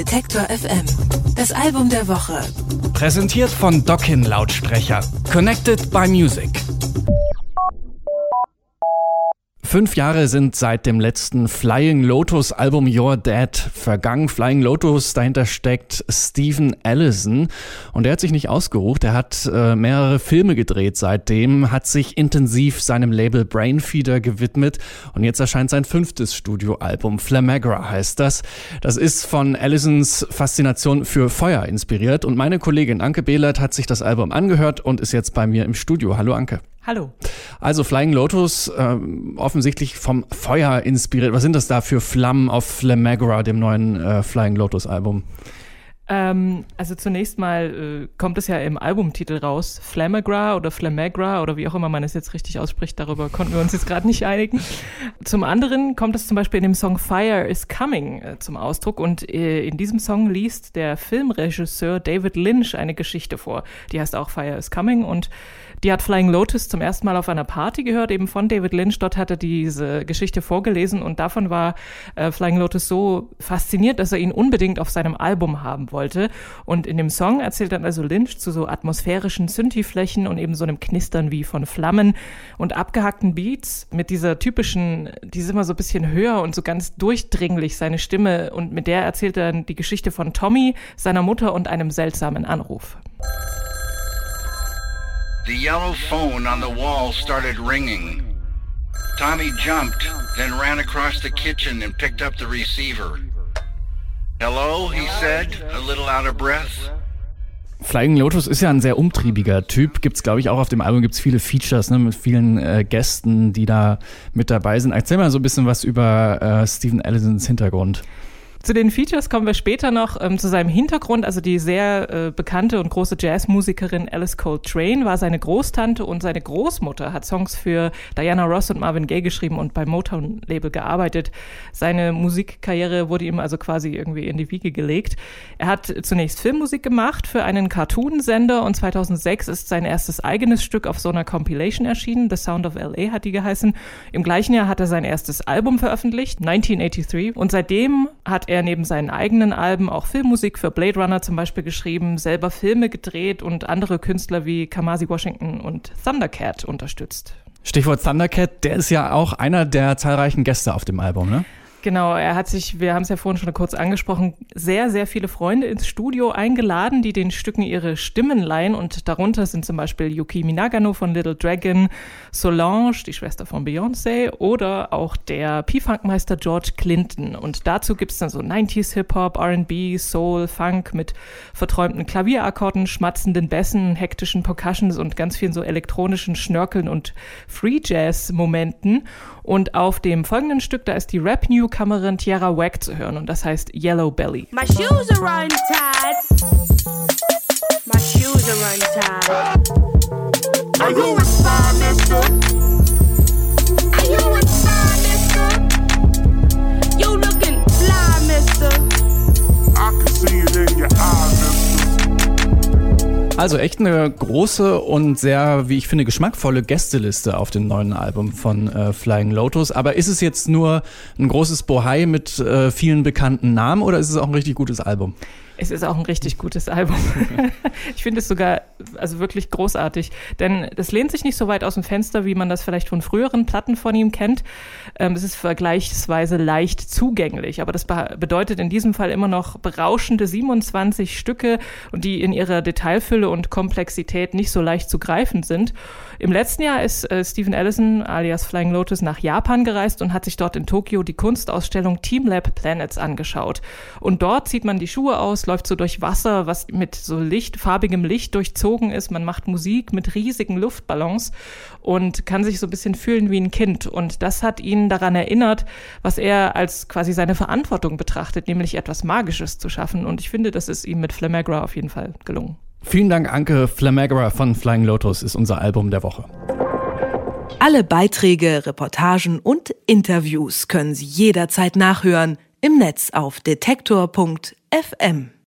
Detektor FM. Das Album der Woche. Präsentiert von Dockin Lautsprecher. Connected by Music. 5 Jahre sind seit dem letzten Flying Lotus Album You're Dead vergangen. Flying Lotus, dahinter steckt Steven Allison und er hat sich nicht ausgeruht. Er hat mehrere Filme gedreht seitdem, hat sich intensiv seinem Label Brainfeeder gewidmet und jetzt erscheint sein 5. Studioalbum. Flamagra heißt das. Das ist von Allisons Faszination für Feuer inspiriert und meine Kollegin Anke Behlert hat sich das Album angehört und ist jetzt bei mir im Studio. Hallo Anke. Hallo. Also Flying Lotus, offensichtlich vom Feuer inspiriert. Was sind das da für Flammen auf Flamagra, dem neuen Flying Lotus Album? Also zunächst mal kommt es ja im Albumtitel raus, Flamagra oder wie auch immer man es jetzt richtig ausspricht, darüber konnten wir uns jetzt gerade nicht einigen. Zum anderen kommt es zum Beispiel in dem Song Fire is Coming zum Ausdruck und in diesem Song liest der Filmregisseur David Lynch eine Geschichte vor. Die heißt auch Fire is Coming und die hat Flying Lotus zum ersten Mal auf einer Party gehört, eben von David Lynch. Dort hat er diese Geschichte vorgelesen und davon war Flying Lotus so fasziniert, dass er ihn unbedingt auf seinem Album haben wollte. Und in dem Song erzählt dann also Lynch zu so atmosphärischen Synthi-Flächen und eben so einem Knistern wie von Flammen und abgehackten Beats mit dieser typischen, die ist immer so ein bisschen höher und so ganz durchdringlich, seine Stimme. Und mit der erzählt er dann die Geschichte von Tommy, seiner Mutter und einem seltsamen Anruf. The yellow phone on the wall started ringing. Tommy jumped, then ran across the kitchen and picked up the receiver. Hello, he said, a little out of breath. Flying Lotus ist ja ein sehr umtriebiger Typ. Gibt's, glaube ich, auch auf dem Album gibt's viele Features, ne, mit vielen Gästen, die da mit dabei sind. Erzähl mal so ein bisschen was über Steven Allisons Hintergrund. Zu den Features kommen wir später noch zu seinem Hintergrund. Also die sehr bekannte und große Jazzmusikerin Alice Coltrane war seine Großtante und seine Großmutter hat Songs für Diana Ross und Marvin Gaye geschrieben und beim Motown-Label gearbeitet. Seine Musikkarriere wurde ihm also quasi irgendwie in die Wiege gelegt. Er hat zunächst Filmmusik gemacht für einen Cartoon-Sender und 2006 ist sein erstes eigenes Stück auf so einer Compilation erschienen. The Sound of L.A. hat die geheißen. Im gleichen Jahr hat er sein erstes Album veröffentlicht, 1983. Und seitdem hat er neben seinen eigenen Alben auch Filmmusik für Blade Runner zum Beispiel geschrieben, selber Filme gedreht und andere Künstler wie Kamasi Washington und Thundercat unterstützt. Stichwort Thundercat, der ist ja auch einer der zahlreichen Gäste auf dem Album, ne? Genau, er hat sich, wir haben es ja vorhin schon kurz angesprochen, sehr, sehr viele Freunde ins Studio eingeladen, die den Stücken ihre Stimmen leihen und darunter sind zum Beispiel Yukimi Nagano von Little Dragon, Solange, die Schwester von Beyoncé oder auch der P-Funk-Meister George Clinton und dazu gibt es dann so 90s Hip-Hop, R&B, Soul, Funk mit verträumten Klavierakkorden, schmatzenden Bässen, hektischen Percussions und ganz vielen so elektronischen Schnörkeln und Free-Jazz-Momenten und auf dem folgenden Stück, da ist die Rap-Newcomerin Tierra Whack zu hören und das heißt Yellow Belly. My shoes are untied. My shoes are untied. Are you a star, mister? Are you a star, mister? You looking fly, mister? I can see it in your eyes, mister. Also echt eine große und sehr, wie ich finde, geschmackvolle Gästeliste auf dem neuen Album von Flying Lotus. Aber ist es jetzt nur ein großes Bohai mit vielen bekannten Namen oder ist es auch ein richtig gutes Album? Es ist auch ein richtig gutes Album. Ich finde es sogar also wirklich großartig, denn es lehnt sich nicht so weit aus dem Fenster, wie man das vielleicht von früheren Platten von ihm kennt. Es ist vergleichsweise leicht zugänglich, aber das bedeutet in diesem Fall immer noch berauschende 27 Stücke, die in ihrer Detailfülle und Komplexität nicht so leicht zu greifen sind. Im letzten Jahr ist Steven Allison alias Flying Lotus nach Japan gereist und hat sich dort in Tokio die Kunstausstellung Team Lab Planets angeschaut. Und dort zieht man die Schuhe aus, läuft so durch Wasser, was mit so farbigem Licht durchzogen ist. Man macht Musik mit riesigen Luftballons und kann sich so ein bisschen fühlen wie ein Kind. Und das hat ihn daran erinnert, was er als quasi seine Verantwortung betrachtet, nämlich etwas Magisches zu schaffen. Und ich finde, das ist ihm mit Flamagra auf jeden Fall gelungen. Vielen Dank, Anke. Flamagra von Flying Lotus ist unser Album der Woche. Alle Beiträge, Reportagen und Interviews können Sie jederzeit nachhören im Netz auf detektor.fm.